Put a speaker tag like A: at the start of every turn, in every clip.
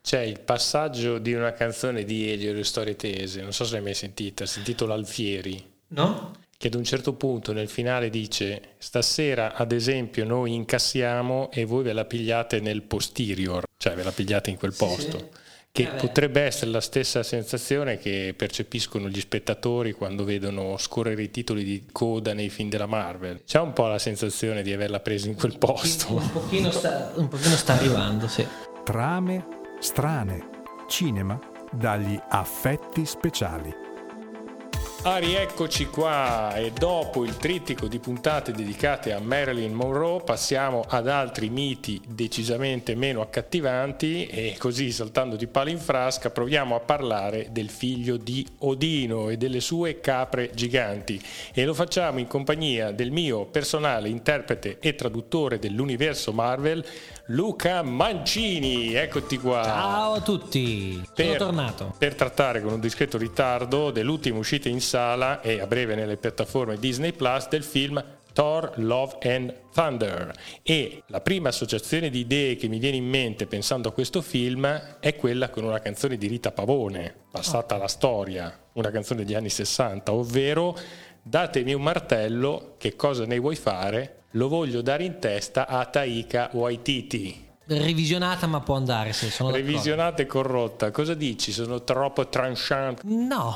A: C'è il passaggio di una canzone di Elio e le Storie Tese, non so se l'hai mai sentita, si intitola Alfieri.
B: No?
A: Che ad un certo punto nel finale dice: stasera ad esempio noi incassiamo e voi ve la pigliate nel posterior, cioè ve la pigliate in quel posto.
B: Sì.
A: Che potrebbe essere la stessa sensazione che percepiscono gli spettatori quando vedono scorrere i titoli di coda nei film della Marvel. C'è un po' la sensazione di averla presa in quel posto.
B: Un pochino sta arrivando, sì.
C: Trame strane, cinema dagli affetti speciali.
A: Rieccoci qua, e dopo il trittico di puntate dedicate a Marilyn Monroe passiamo ad altri miti decisamente meno accattivanti, e così, saltando di palo in frasca, proviamo a parlare del figlio di Odino e delle sue capre giganti, e lo facciamo in compagnia del mio personale interprete e traduttore dell'universo Marvel, Luca Mancini. Eccoti qua.
B: Ciao a tutti, sono tornato
A: per trattare con un discreto ritardo dell'ultima uscita in sala e a breve nelle piattaforme Disney Plus del film Thor Love and Thunder. E la prima associazione di idee che mi viene in mente pensando a questo film è quella con una canzone di Rita Pavone, passata alla storia, una canzone degli anni 60, ovvero: datemi un martello, che cosa ne vuoi fare? Lo voglio dare in testa a Taika Waititi.
B: Revisionata, ma può andare, se sono
A: revisionata e corrotta. Cosa dici? Sono troppo tranchant?
B: No,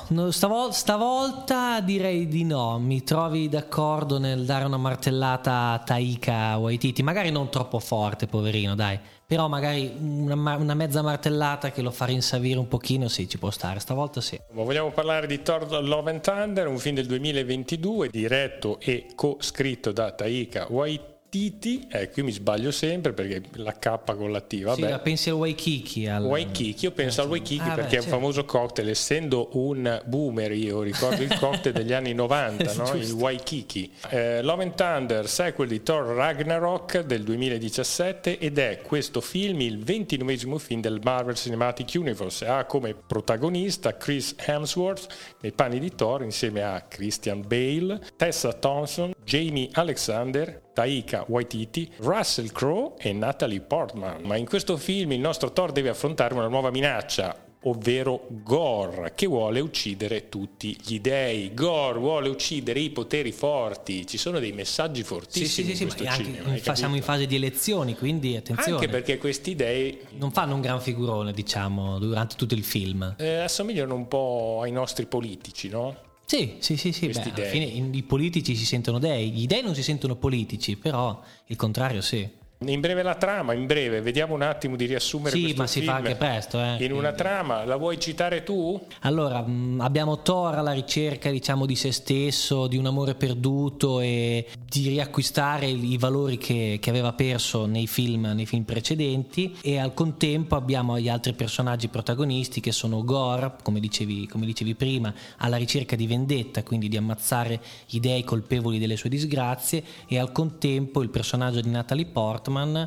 B: stavolta direi di no. Mi trovi d'accordo nel dare una martellata a Taika Waititi, magari non troppo forte, poverino, dai, però magari una mezza martellata che lo fa rinsavire un pochino, sì, ci può stare, stavolta sì.
A: Ma vogliamo parlare di Thor Love and Thunder, un film del 2022 diretto e co-scritto da Taika Waititi. Io mi sbaglio sempre perché la K con la T, vabbè.
B: Sì, la pensi al Waikiki.
A: Io penso al Waikiki perché è un famoso cocktail, essendo un boomer io ricordo il cocktail degli anni 90, no? Il Waikiki. Love and Thunder, sequel di Thor Ragnarok del 2017, ed è questo film il 29esimo film del Marvel Cinematic Universe. Ha come protagonista Chris Hemsworth nei panni di Thor insieme a Christian Bale, Tessa Thompson, Jamie Alexander, Taika Waititi, Russell Crowe e Natalie Portman. Ma in questo film il nostro Thor deve affrontare una nuova minaccia, ovvero Gorr, che vuole uccidere tutti gli dei. Gorr vuole uccidere i poteri forti. Ci sono dei messaggi fortissimi in questo cinema.
B: Siamo in fase di elezioni, quindi attenzione.
A: Anche perché questi dei
B: non fanno un gran figurone, diciamo, durante tutto il film.
A: Assomigliano un po' ai nostri politici, no?
B: Sì. Beh, alla fine i politici si sentono dei, gli dei non si sentono politici, però il contrario sì.
A: In breve la trama, vediamo un attimo di riassumere questo film.
B: Sì, ma si fa anche presto.
A: In una trama, la vuoi citare tu?
B: Allora, abbiamo Thor alla ricerca, diciamo, di se stesso, di un amore perduto e di riacquistare i valori che aveva perso nei film precedenti, e al contempo abbiamo gli altri personaggi protagonisti che sono Gorr, come dicevi prima, alla ricerca di vendetta, quindi di ammazzare gli dei colpevoli delle sue disgrazie, e al contempo il personaggio di Natalie Portman,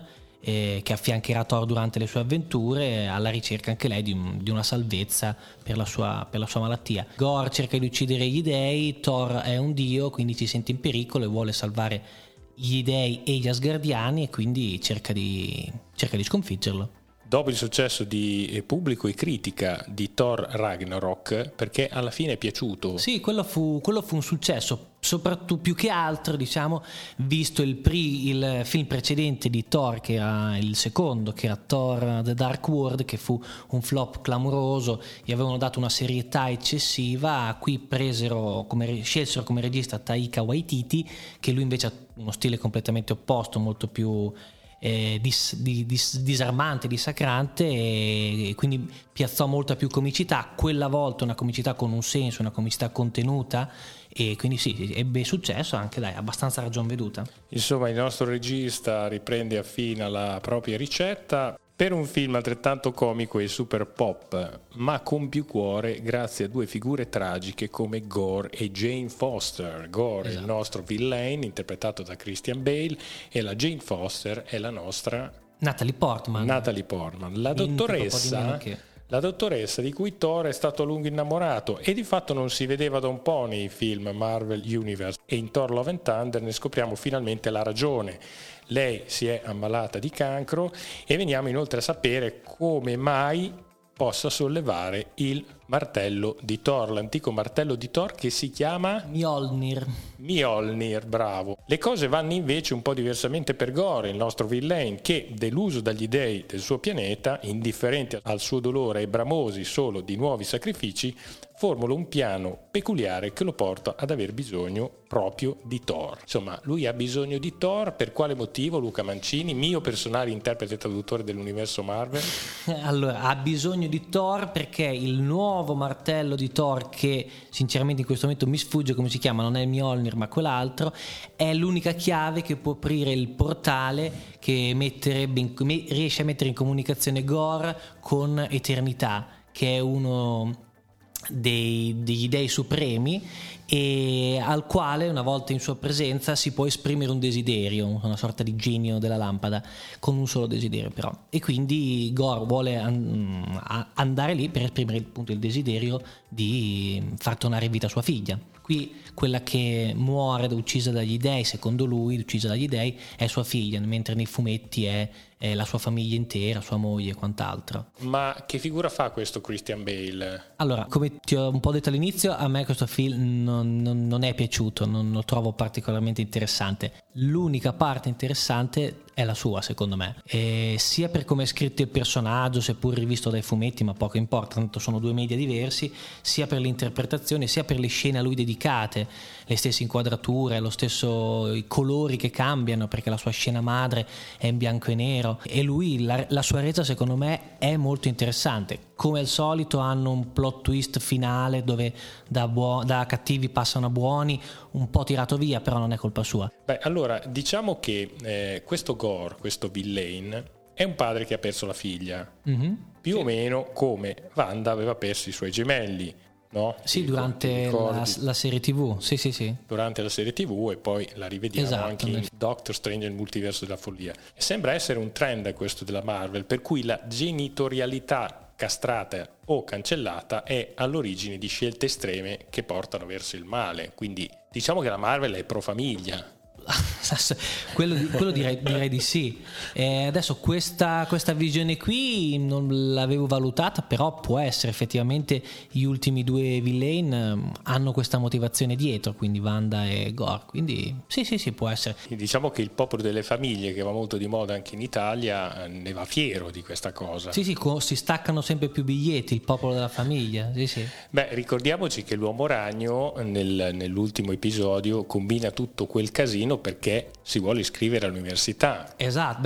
B: che affiancherà Thor durante le sue avventure, alla ricerca anche lei di una salvezza per la sua malattia. Gorr cerca di uccidere gli dei, Thor è un dio, quindi si sente in pericolo e vuole salvare gli dei e gli Asgardiani, e quindi cerca di sconfiggerlo.
A: Dopo il successo di pubblico e critica di Thor Ragnarok, perché alla fine è piaciuto.
B: Sì, quello fu un successo, soprattutto più che altro, diciamo, visto il film precedente di Thor, che era il secondo, che era Thor The Dark World, che fu un flop clamoroso, gli avevano dato una serietà eccessiva. Qui scelsero come regista Taika Waititi, che lui invece ha uno stile completamente opposto, molto più disarmante, dissacrante, e quindi piazzò molta più comicità, quella volta una comicità con un senso, una comicità contenuta, e quindi sì, ebbe successo anche, dai, abbastanza ragion veduta.
A: Insomma, il nostro regista riprende e affina la propria ricetta per un film altrettanto comico e super pop, ma con più cuore, grazie a due figure tragiche come Gorr e Jane Foster. Gorr è il nostro villain, interpretato da Christian Bale, e la Jane Foster è la nostra
B: Natalie Portman.
A: La dottoressa la dottoressa di cui Thor è stato a lungo innamorato e di fatto non si vedeva da un po' nei film Marvel Universe, e in Thor Love and Thunder ne scopriamo finalmente la ragione. Lei si è ammalata di cancro e veniamo inoltre a sapere come mai possa sollevare il martello di Thor, l'antico martello di Thor che si chiama Mjolnir, bravo. Le cose vanno invece un po' diversamente per Gore, il nostro villain, che, deluso dagli dei del suo pianeta, indifferenti al suo dolore e bramosi solo di nuovi sacrifici, formula un piano peculiare che lo porta ad aver bisogno proprio di Thor. Insomma, lui ha bisogno di Thor. Per quale motivo, Luca Mancini, mio personale interprete e traduttore dell'universo Marvel?
B: Allora, ha bisogno di Thor perché il nuovo martello di Thor, che sinceramente in questo momento mi sfugge come si chiama, non è il Mjolnir ma quell'altro, è l'unica chiave che può aprire il portale che riesce a mettere in comunicazione Gore con Eternità, che è uno degli dei supremi, e al quale una volta in sua presenza si può esprimere un desiderio, una sorta di genio della lampada, con un solo desiderio però, e quindi Gore vuole andare lì per esprimere appunto il desiderio di far tornare in vita sua figlia. Qui quella che muore uccisa dagli dei, secondo lui uccisa dagli dei, è sua figlia, mentre nei fumetti è la sua famiglia intera, sua moglie e quant'altro.
A: Ma che figura fa questo Christian Bale?
B: Allora, come ti ho un po' detto all'inizio, a me questo film non è piaciuto, non lo trovo particolarmente interessante. L'unica parte interessante è la sua, secondo me, e sia per come è scritto il personaggio, seppur rivisto dai fumetti, ma poco importa, tanto sono due media diversi, sia per l'interpretazione, sia per le scene a lui dedicate, le stesse inquadrature, lo stesso i colori che cambiano, perché la sua scena madre è in bianco e nero, e lui, la sua resa secondo me è molto interessante. Come al solito hanno un plot twist finale dove da cattivi passano a buoni, un po' tirato via, però non è colpa sua.
A: Beh, allora diciamo che questo Gore, questo villain, è un padre che ha perso la figlia, più o meno come Wanda aveva perso i suoi gemelli, no?
B: Sì, durante la serie TV, sì.
A: Durante la serie TV, e poi la rivediamo anche in Doctor Strange e il multiverso della follia. E sembra essere un trend questo della Marvel, per cui la genitorialità castrata o cancellata è all'origine di scelte estreme che portano verso il male. Quindi diciamo che la Marvel è pro famiglia.
B: quello direi di sì. Adesso questa visione qui non l'avevo valutata, però può essere effettivamente gli ultimi due villain hanno questa motivazione dietro, quindi Wanda e Gore, quindi sì, può essere.
A: Diciamo che il popolo delle famiglie, che va molto di moda anche in Italia, ne va fiero di questa cosa.
B: Sì, si staccano sempre più biglietti, il popolo della famiglia, sì.
A: Beh, ricordiamoci che l'Uomo Ragno nell'ultimo episodio combina tutto quel casino perché si vuole iscrivere all'università.
B: Esatto,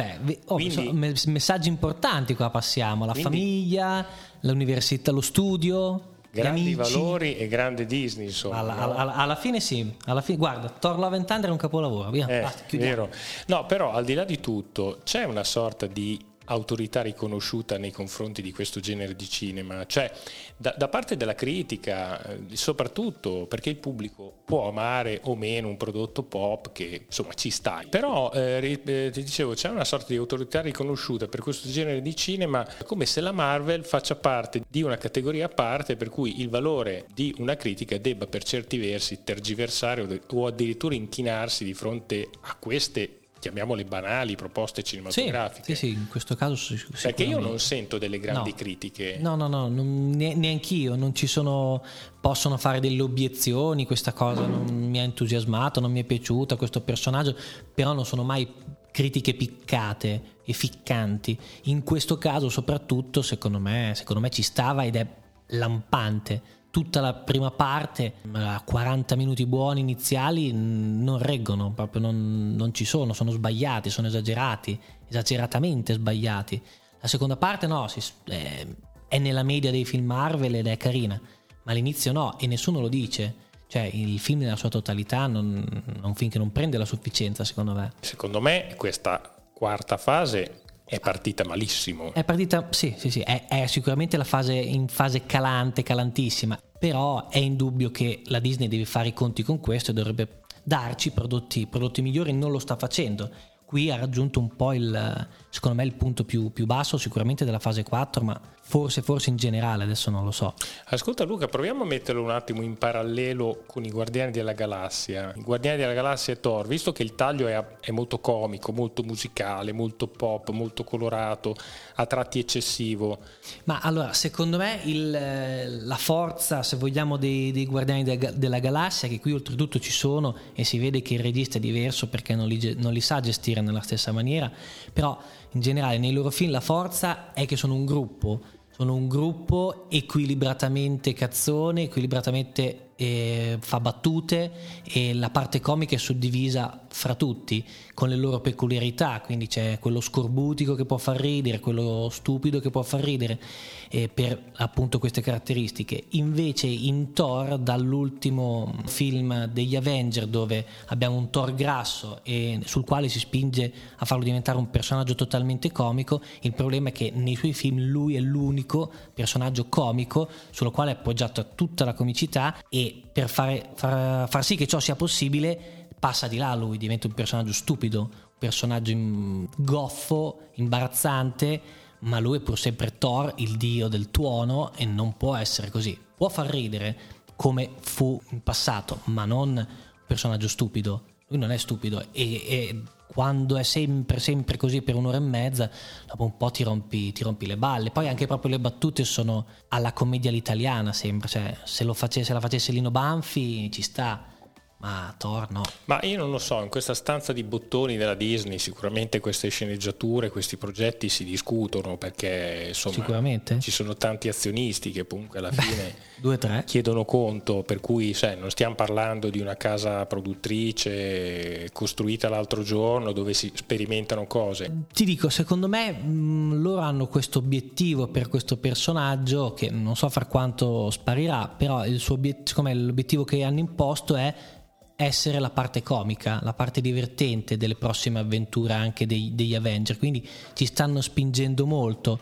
B: messaggi importanti qua passiamo, famiglia, l'università, lo studio,
A: grandi valori e grande Disney, insomma.
B: Alla fine sì, guarda, Thor Love and Thunder è un capolavoro, via, basta, chiudiamo.
A: Vero. No, però al di là di tutto c'è una sorta di autorità riconosciuta nei confronti di questo genere di cinema, cioè da parte della critica, soprattutto perché il pubblico può amare o meno un prodotto pop che insomma ci sta, però ti dicevo, c'è una sorta di autorità riconosciuta per questo genere di cinema, come se la Marvel faccia parte di una categoria a parte, per cui il valore di una critica debba per certi versi tergiversare o addirittura inchinarsi di fronte a queste, chiamiamole banali, proposte cinematografiche.
B: Sì, in questo caso
A: perché io non sento delle grandi critiche.
B: No, neanch'io, non ci sono, possono fare delle obiezioni, questa cosa non mi ha entusiasmato, non mi è piaciuta, questo personaggio, però non sono mai critiche piccate e ficcanti. In questo caso soprattutto secondo me ci stava ed è lampante. Tutta la prima parte, 40 minuti buoni iniziali, non reggono, proprio non ci sono sbagliati, sono esageratamente sbagliati. La seconda parte no, è nella media dei film Marvel ed è carina, ma all'inizio no, e nessuno lo dice. Cioè il film nella sua totalità non finché non prende la sufficienza, secondo me.
A: Secondo me questa quarta fase è partita malissimo.
B: È partita, sì, è sicuramente in fase calantissima, però è indubbio che la Disney deve fare i conti con questo e dovrebbe darci prodotti migliori, non lo sta facendo. Qui ha raggiunto un po' secondo me il punto più basso sicuramente della fase 4, ma forse in generale, adesso non lo so.
A: Ascolta Luca, proviamo a metterlo un attimo in parallelo con i Guardiani della Galassia. I Guardiani della Galassia e Thor, visto che il taglio è molto comico, molto musicale, molto pop, molto colorato, a tratti eccessivo.
B: Ma allora, secondo me la forza, se vogliamo, dei Guardiani della Galassia, che qui oltretutto ci sono e si vede che il regista è diverso perché non li sa gestire nella stessa maniera, però in generale nei loro film la forza è che sono un gruppo equilibratamente cazzone, equilibratamente fa battute, e la parte comica è suddivisa fra tutti con le loro peculiarità, quindi c'è quello scorbutico che può far ridere, quello stupido che può far ridere, per appunto queste caratteristiche. Invece in Thor, dall'ultimo film degli Avenger, dove abbiamo un Thor grasso e sul quale si spinge a farlo diventare un personaggio totalmente comico, il problema è che nei suoi film lui è l'unico personaggio comico sul quale è appoggiata tutta la comicità, e per far sì che ciò sia possibile passa di là, lui diventa un personaggio stupido, un personaggio goffo, imbarazzante, ma lui è pur sempre Thor, il dio del tuono, e non può essere così. Può far ridere come fu in passato, ma non un personaggio stupido. Lui non è stupido, e quando è sempre così per un'ora e mezza, dopo un po' ti rompi le balle. Poi anche proprio le battute sono alla commedia all'italiana, sembra, cioè se la facesse Lino Banfi ci sta, ma Thor no.
A: Ma io non lo so, in questa stanza di bottoni della Disney sicuramente queste sceneggiature, questi progetti si discutono, perché insomma
B: sicuramente
A: ci sono tanti azionisti che comunque alla fine
B: 2-3
A: chiedono conto, per cui non stiamo parlando di una casa produttrice costruita l'altro giorno dove si sperimentano cose.
B: Ti dico, secondo me loro hanno questo obiettivo per questo personaggio che non so fra quanto sparirà, però l'obiettivo che hanno imposto è essere la parte comica, la parte divertente delle prossime avventure anche degli Avenger, quindi ci stanno spingendo molto,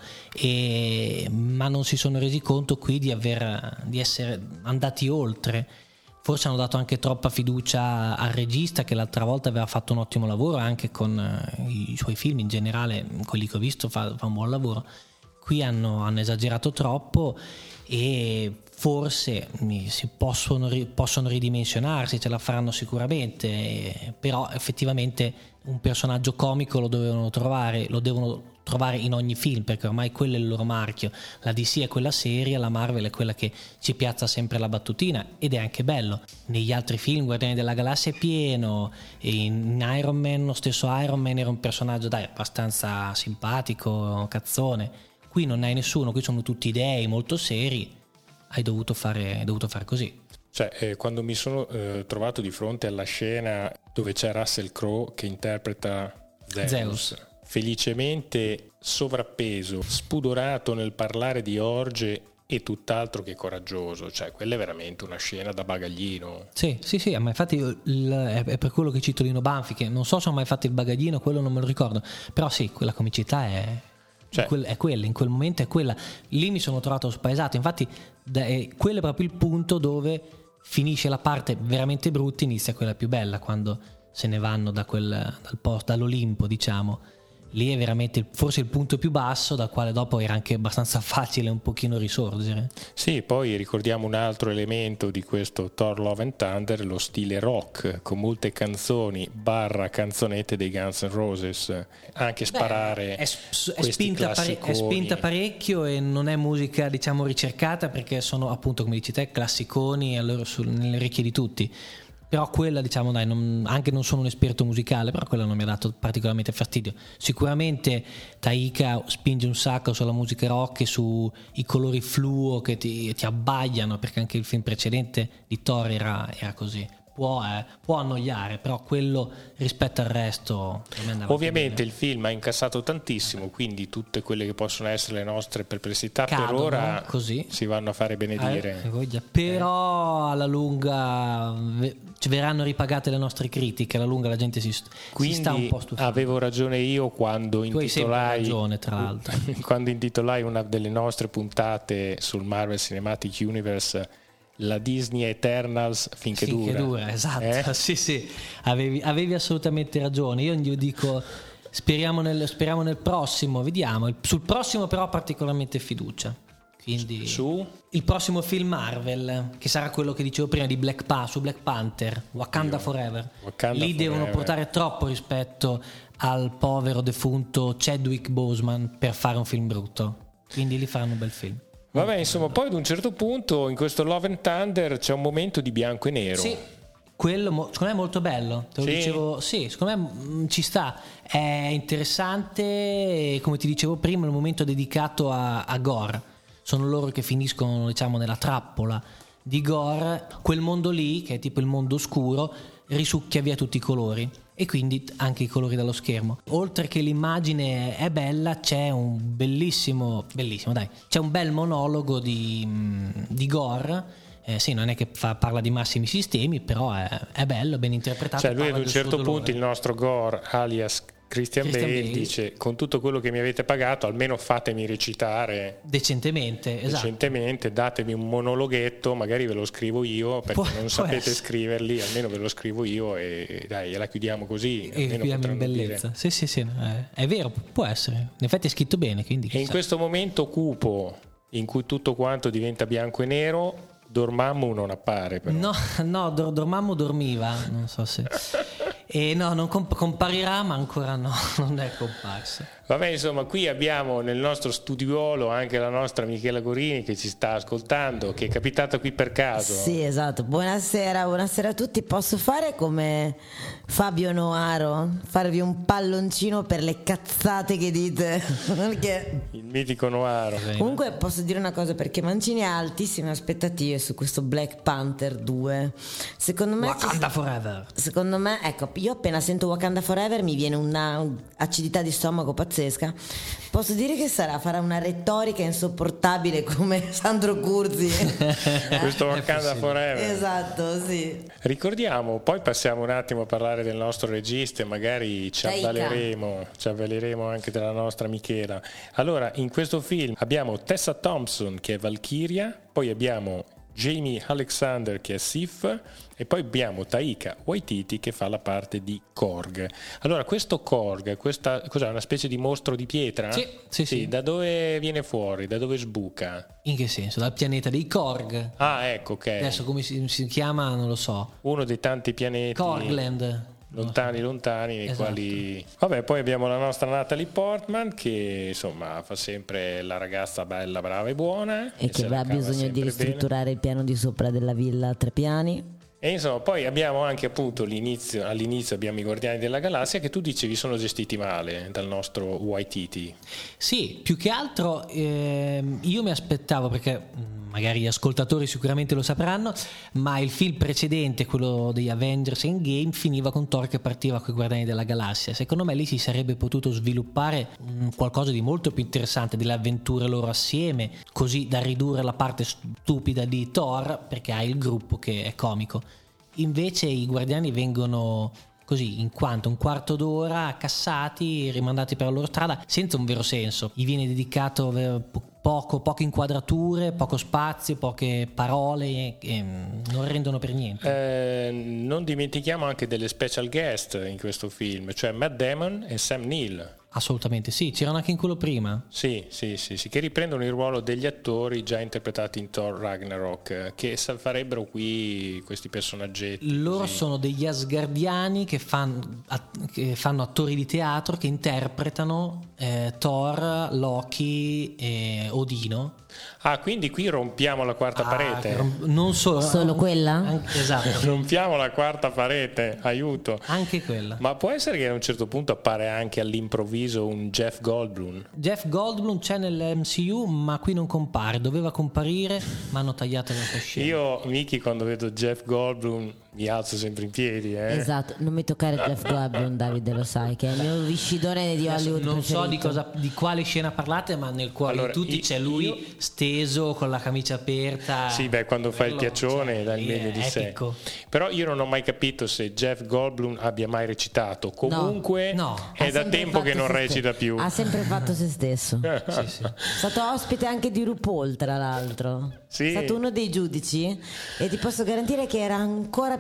B: ma non si sono resi conto qui di essere andati oltre. Forse hanno dato anche troppa fiducia al regista, che l'altra volta aveva fatto un ottimo lavoro anche con i suoi film in generale, quelli che ho visto fa un buon lavoro. Qui hanno esagerato troppo, e forse si possono ridimensionarsi, ce la faranno sicuramente, però effettivamente un personaggio comico lo devono trovare in ogni film, perché ormai quello è il loro marchio. La DC è quella seria, la Marvel è quella che ci piazza sempre la battutina, ed è anche bello. Negli altri film Guardiani della Galassia è pieno, in Iron Man, lo stesso Iron Man era un personaggio abbastanza simpatico, cazzone. Qui non hai nessuno, qui sono tutti dei molto seri, hai dovuto fare così.
A: Quando mi sono trovato di fronte alla scena dove c'è Russell Crowe che interpreta Zeus, felicemente sovrappeso, spudorato nel parlare di orge e tutt'altro che coraggioso, quella è veramente una scena da bagaglino.
B: Sì, ma infatti è per quello che cito Lino Banfi, che non so se ho mai fatto il bagaglino, quello non me lo ricordo, però sì, quella comicità è quella, in quel momento è quella. Lì mi sono trovato spaesato, infatti quello è proprio il punto dove finisce la parte veramente brutta, inizia quella più bella, quando se ne vanno dall'Olimpo, diciamo. Lì è veramente forse il punto più basso, dal quale dopo era anche abbastanza facile un pochino risorgere.
A: Sì, poi ricordiamo un altro elemento di questo Thor Love and Thunder, lo stile rock, con molte canzoni / canzonette dei Guns N' Roses, anche sparare.
B: È spinta parecchio, e non è musica diciamo ricercata, perché sono appunto, come dici te, classiconi nelle orecchie di tutti. Però quella, diciamo, anche non sono un esperto musicale, però quella non mi ha dato particolarmente fastidio. Sicuramente Taika spinge un sacco sulla musica rock e sui colori fluo che ti abbagliano, perché anche il film precedente di Thor era così. Può annoiare, però quello rispetto al resto
A: ovviamente il film ha incassato tantissimo, quindi tutte quelle che possono essere le nostre perplessità
B: cadono,
A: per ora
B: così
A: si vanno a fare benedire.
B: Però alla lunga verranno ripagate le nostre critiche, alla lunga la gente si sta un po' stufando.
A: Avevo ragione io quando intitolai
B: tra l'altro
A: quando intitolai una delle nostre puntate sul Marvel Cinematic Universe la Disney Eternals finché dura.
B: Esatto. Sì, avevi assolutamente ragione. Io dico speriamo nel prossimo, vediamo. Sul prossimo però particolarmente fiducia. Quindi
A: su
B: il prossimo film Marvel, che sarà quello che dicevo prima di Black Panther, Wakanda Forever. Lì devono portare troppo rispetto al povero defunto Chadwick Boseman per fare un film brutto. Quindi lì faranno un bel film.
A: Vabbè, insomma, poi ad un certo punto in questo Love and Thunder c'è un momento di bianco e nero.
B: Sì, quello secondo me è molto bello. Te lo dicevo, sì, secondo me ci sta. È interessante, come ti dicevo prima, il momento dedicato a Gore. Sono loro che finiscono, diciamo, nella trappola di Gore. Quel mondo lì, che è tipo il mondo oscuro, risucchia via tutti i colori e quindi anche i colori dallo schermo. Oltre che l'immagine è bella, c'è un bellissimo dai, c'è un bel monologo di Gore. Sì, non è che parla di massimi sistemi, però è bello, ben interpretato.
A: Cioè lui ad un certo punto, il nostro Gore alias Christian Bale dice: con tutto quello che mi avete pagato, almeno fatemi recitare
B: decentemente,
A: datemi un monologhetto, magari ve lo scrivo io, perché non sapete scriverli, almeno ve lo scrivo io e dai, la chiudiamo così,
B: e chiudiamo in bellezza. Sì, è vero, può essere, in effetti è scritto bene, quindi
A: e in questo momento cupo in cui tutto quanto diventa bianco e nero, Dormammu non appare però.
B: No, Dormammu dormiva, non so se e no, non comparirà, ma ancora no, non è comparso.
A: Vabbè, insomma, qui abbiamo nel nostro studiolo anche la nostra Michela Gorini che ci sta ascoltando, che è capitata qui per caso.
D: Sì, esatto. Buonasera a tutti. Posso fare come Fabio Noaro, farvi un palloncino per le cazzate che dite? Perché
A: il mitico Noaro.
D: Comunque posso dire una cosa, perché Mancini ha altissime aspettative su questo Black Panther 2. Secondo me
B: Wakanda Forever.
D: Secondo me, ecco, io appena sento Wakanda Forever mi viene una acidità di stomaco pazzesca. Posso dire che farà una retorica insopportabile come Sandro Curzi.
A: Questo Wakanda Forever.
D: Esatto, sì.
A: Ricordiamo, poi passiamo un attimo a parlare del nostro regista e magari ci avvaleremo anche della nostra Michela. Allora, in questo film abbiamo Tessa Thompson che è Valkyria, poi abbiamo Jamie Alexander che è Sif e poi abbiamo Taika Waititi che fa la parte di Korg. Allora, questo Korg, cos'è, una specie di mostro di pietra? Sì. Da dove viene fuori? Da dove sbuca?
B: In che senso? Dal pianeta dei Korg.
A: Ah, ecco, ok.
B: Adesso come si chiama non lo so.
A: Uno dei tanti pianeti
B: Korgland.
A: Lontani nei
B: esatto.
A: Quali vabbè, poi abbiamo la nostra Natalie Portman che insomma fa sempre la ragazza bella, brava e buona
D: e che ha bisogno di ristrutturare il piano di sopra della villa a 3 piani.
A: E insomma poi abbiamo anche appunto all'inizio abbiamo i Guardiani della Galassia che tu dicevi sono gestiti male dal nostro Waititi.
B: Sì, più che altro io mi aspettavo, perché magari gli ascoltatori sicuramente lo sapranno, ma il film precedente, quello degli Avengers Endgame, finiva con Thor che partiva con i Guardiani della Galassia. Secondo me lì si sarebbe potuto sviluppare qualcosa di molto più interessante, delle avventure loro assieme, così da ridurre la parte stupida di Thor, perché ha il gruppo che è comico. Invece i Guardiani vengono così, in quanto un quarto d'ora cassati, rimandati per la loro strada senza un vero senso. Gli viene dedicato poche inquadrature, poco spazio, poche parole e non rendono per niente.
A: Non dimentichiamo anche delle special guest in questo film, cioè Matt Damon e Sam Neill.
B: Assolutamente sì, c'erano anche in quello prima.
A: Sì, che riprendono il ruolo degli attori già interpretati in Thor Ragnarok, che farebbero qui questi personaggetti.
B: Loro
A: così.
B: Sono degli asgardiani che fanno attori di teatro che interpretano Thor, Loki e Odino.
A: Ah, quindi qui rompiamo la quarta parete.
B: Non
D: solo quella?
B: Esatto.
A: Rompiamo la quarta parete, aiuto.
B: Anche quella.
A: Ma può essere che a un certo punto appare anche all'improvviso un Jeff Goldblum?
B: Jeff Goldblum c'è nell'MCU, ma qui non compare. Doveva comparire, ma hanno tagliato la sua scena.
A: Io, Miki, quando vedo Jeff Goldblum mi alzo sempre in piedi.
D: Esatto, non mi toccare Jeff Goldblum, Davide, lo sai che è il mio viscidone di Hollywood
B: non
D: preferito.
B: So di quale scena parlate, ma nel cuore di tutti c'è lui steso con la camicia aperta.
A: Sì, quando fa il piaccione dà il meglio di sé. Però io non ho mai capito se Jeff Goldblum abbia mai recitato. Comunque è da tempo che non recita più.
D: Ha sempre fatto se stesso.
B: Sì.
D: È stato ospite anche di RuPaul, tra l'altro.
A: Sì.
D: È stato uno dei giudici e ti posso garantire che era ancora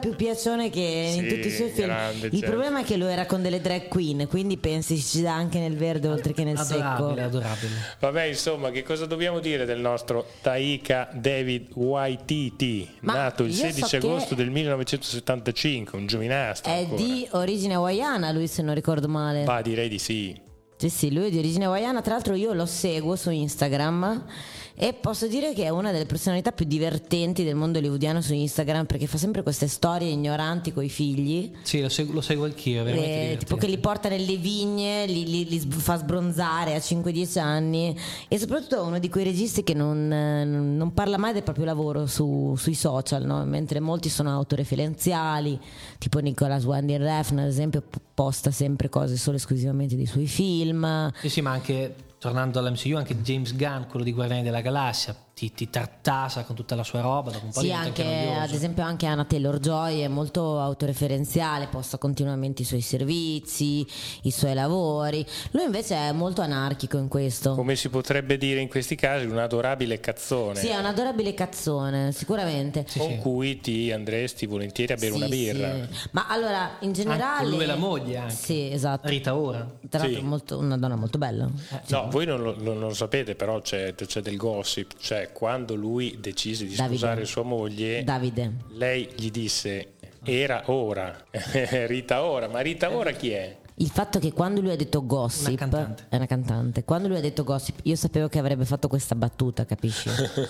D: più piacione che in tutti i suoi film.
A: Grande,
D: il problema è che lui era con delle drag queen, quindi pensi ci dà anche nel verde oltre che nel secco.
B: Adorabile.
A: Vabbè, insomma, che cosa dobbiamo dire del nostro Taika David Waititi, nato il 16 agosto del 1975, un giovinastro
D: è
A: ancora.
D: di origine hawaiana lui, se non ricordo male.
A: Ma direi di sì.
D: Sì, lui è di origine hawaiana, tra l'altro io lo seguo su Instagram e posso dire che è una delle personalità più divertenti del mondo hollywoodiano su Instagram, perché fa sempre queste storie ignoranti coi figli.
B: Sì, lo seguo anch'io, è veramente divertente.
D: Tipo che li porta nelle vigne, li fa sbronzare a 5-10 anni, e soprattutto è uno di quei registi che non parla mai del proprio lavoro sui social, no? Mentre molti sono autoreferenziali, tipo Nicolas Winding Refn ad esempio posta sempre cose solo esclusivamente dei suoi film.
B: Sì, ma anche tornando all'MCU, anche James Gunn, quello di Guardiani della Galassia, ti tartassa con tutta la sua roba dopo un po'.
D: Sì, anche ad esempio anche Anna Taylor-Joy è molto autoreferenziale, posta continuamente i suoi servizi, i suoi lavori. Lui invece è molto anarchico in questo.
A: Come si potrebbe dire in questi casi, un adorabile cazzone.
D: Sì, è un adorabile cazzone, sicuramente.
A: Con cui ti andresti volentieri a bere una birra.
D: Sì. Ma allora, in generale...
B: Anche lui e la moglie anche.
D: Sì, esatto.
B: Rita Ora.
D: Tra l'altro una donna molto bella.
A: No, voi non lo sapete, però c'è del gossip. Cioè, quando lui decise di sposare sua moglie,
D: Davide,
A: lei gli disse era ora. Rita Ora. Ma Rita Ora chi è?
D: Il fatto che quando lui ha detto gossip, è una cantante. Quando lui ha detto gossip, io sapevo che avrebbe fatto questa battuta, capisci?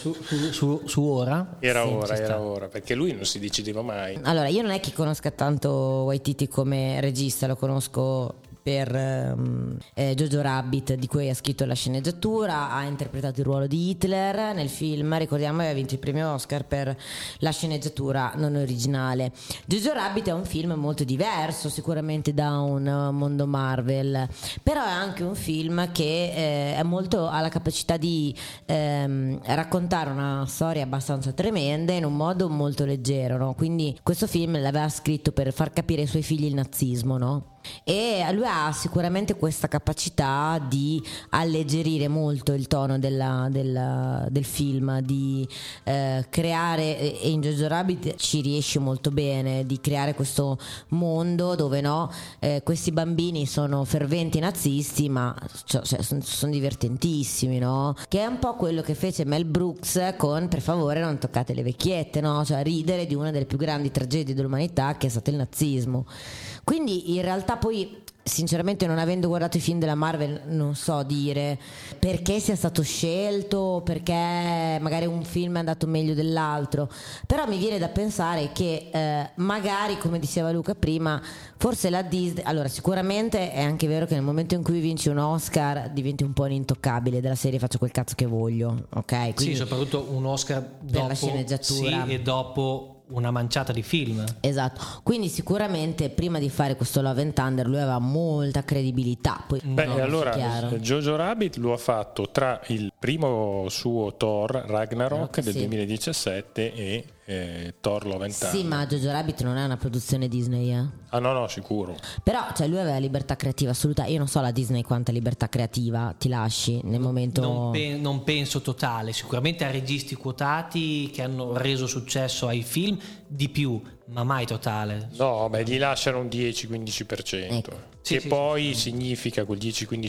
B: su Ora?
A: Era ora, perché lui non si decideva mai.
D: Allora, io non è che conosca tanto Waititi come regista, lo conosco per Jojo Rabbit, di cui ha scritto la sceneggiatura, ha interpretato il ruolo di Hitler nel film, ricordiamo che aveva vinto il premio Oscar per la sceneggiatura non originale. Jojo Rabbit è un film molto diverso sicuramente da un mondo Marvel, però è anche un film che ha la capacità di raccontare una storia abbastanza tremenda in un modo molto leggero, no? Quindi questo film l'aveva scritto per far capire ai suoi figli il nazismo, no? E lui ha sicuramente questa capacità di alleggerire molto il tono del film, di creare, e in Jojo Rabbit ci riesce molto bene, di creare questo mondo dove questi bambini sono ferventi nazisti, ma sono divertentissimi, no? Che è un po' quello che fece Mel Brooks con Per favore non toccate le vecchiette, no? Cioè ridere di una delle più grandi tragedie dell'umanità, che è stato il nazismo. Quindi in realtà poi sinceramente, non avendo guardato i film della Marvel, non so dire perché sia stato scelto, perché magari un film è andato meglio dell'altro, però mi viene da pensare che magari, come diceva Luca prima, forse la Disney, allora sicuramente è anche vero che nel momento in cui vinci un Oscar diventi un po' un intoccabile della serie, faccio quel cazzo che voglio, ok? Quindi,
B: sì, soprattutto un Oscar dopo,
D: per la sceneggiatura,
B: sì, e dopo una manciata di film.
D: Esatto, quindi sicuramente prima di fare questo Love and Thunder lui aveva molta credibilità. Poi,
A: allora Jojo Rabbit lo ha fatto tra il primo suo Thor Ragnarok del 2017 e Thor Love and Thunder.
D: Sì, ma Jojo Rabbit non è una produzione Disney,
A: Ah no, sicuro.
D: Però lui aveva libertà creativa assoluta. Io non so la Disney quanta libertà creativa ti lasci nel momento.
B: Non penso totale. Sicuramente a registi quotati che hanno reso successo ai film di più, ma mai totale.
A: No, gli lasciano un 10-15%. Che poi significa quel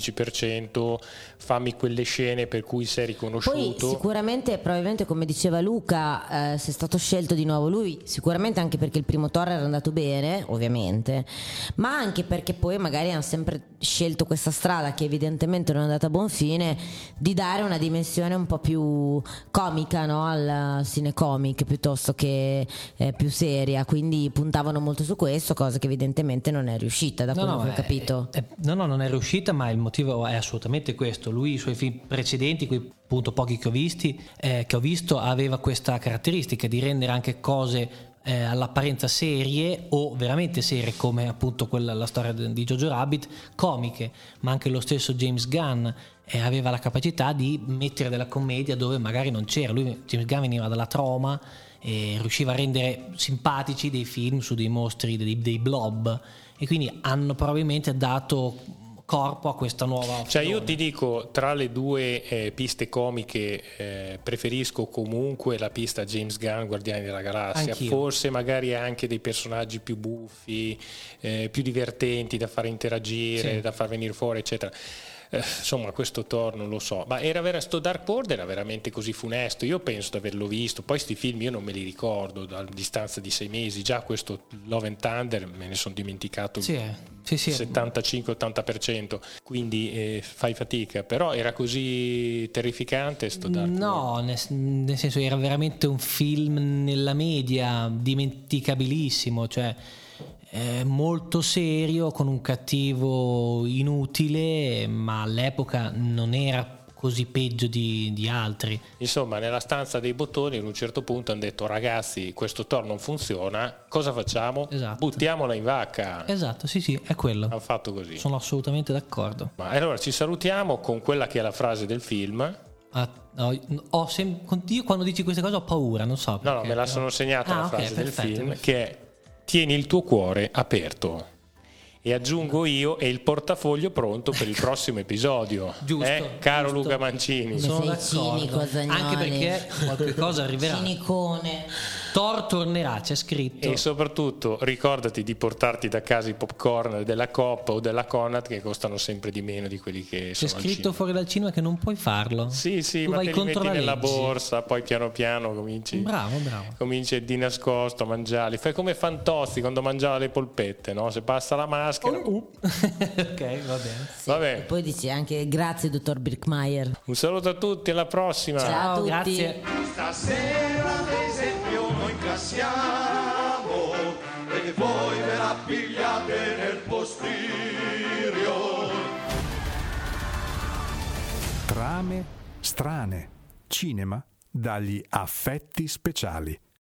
A: 10-15% fammi quelle scene per cui sei riconosciuto.
D: Poi sicuramente, probabilmente, come diceva Luca, se è stato scelto di nuovo lui, sicuramente anche perché il primo Thor era andato bene, ovviamente, ma anche perché poi magari hanno sempre scelto questa strada, che evidentemente non è andata a buon fine, di dare una dimensione un po' più comica, no? Al cinecomic piuttosto che più seria, quindi puntavano molto su questo, cosa che evidentemente non è riuscita, da quello che ho capito.
B: No, non è riuscita, ma il motivo è assolutamente questo. Lui, i suoi film precedenti, quei appunto pochi che ho visto, aveva questa caratteristica di rendere anche cose all'apparenza serie o veramente serie, come appunto la storia di Jojo Rabbit, comiche. Ma anche lo stesso James Gunn aveva la capacità di mettere della commedia dove magari non c'era. James Gunn veniva dalla troma e riusciva a rendere simpatici dei film su dei mostri, dei blob, e quindi hanno probabilmente dato corpo a questa nuova
A: Cioè io ti dico, tra le due piste comiche preferisco comunque la pista James Gunn, Guardiani della Galassia.
B: Anch'io.
A: Forse magari anche dei personaggi più buffi, più divertenti da far interagire,
B: Sì.
A: da far venire fuori, eccetera. Insomma, questo Thor non lo so, ma sto Dark World era veramente così funesto? Io penso di averlo visto, poi sti film io non me li ricordo a distanza di 6 mesi, già questo Love and Thunder me ne sono dimenticato
B: Sì.
A: 75-80%, quindi fai fatica, però era così terrificante sto Dark World.
B: No, nel senso era veramente un film nella media, dimenticabilissimo, cioè molto serio, con un cattivo inutile, ma all'epoca non era così peggio di altri.
A: Insomma, nella stanza dei bottoni ad un certo punto hanno detto: ragazzi, questo Thor non funziona, cosa facciamo?
B: Esatto.
A: Buttiamola in vacca.
B: Esatto, sì, è quello.
A: Hanno fatto così.
B: Sono assolutamente d'accordo.
A: Ma allora ci salutiamo con quella che è la frase del film.
B: Io quando dici queste cose ho paura, non so perché.
A: No, me la sono segnata la frase del
B: perfetto,
A: film,
B: perfetto.
A: che è: tieni il tuo cuore aperto. E aggiungo io, e il portafoglio pronto per il prossimo episodio.
B: Giusto,
A: Caro
B: giusto.
A: Luca Mancini.
B: Sono
D: sei
B: d'accordo.
D: cinico, Zagnoli.
B: Anche perché qualche cosa arriverà.
D: Cinicone.
B: Thor tornerà, c'è scritto.
A: E soprattutto ricordati di portarti da casa i popcorn della Coop o della Conad, che costano sempre di meno di quelli che
B: C'è
A: sono al
B: scritto
A: cinema.
B: fuori dal cinema che non puoi farlo.
A: Sì,
B: Tu
A: ma
B: vai
A: te li
B: contro
A: metti
B: la
A: nella
B: legge.
A: borsa, poi piano piano cominci
B: Bravo.
A: di nascosto a mangiarli. Fai come Fantozzi quando mangiava le polpette, no? Se passa la maschera.
B: Ok, va bene.
A: Vabbè.
D: E poi dici anche grazie dottor Birkmeier.
A: Un saluto a tutti, alla prossima.
D: Ciao a tutti.
B: Grazie.
E: Stasera ad esempio noi incassiamo e voi ve la pigliate nel posterior.
C: Trame strane. Cinema dagli affetti speciali.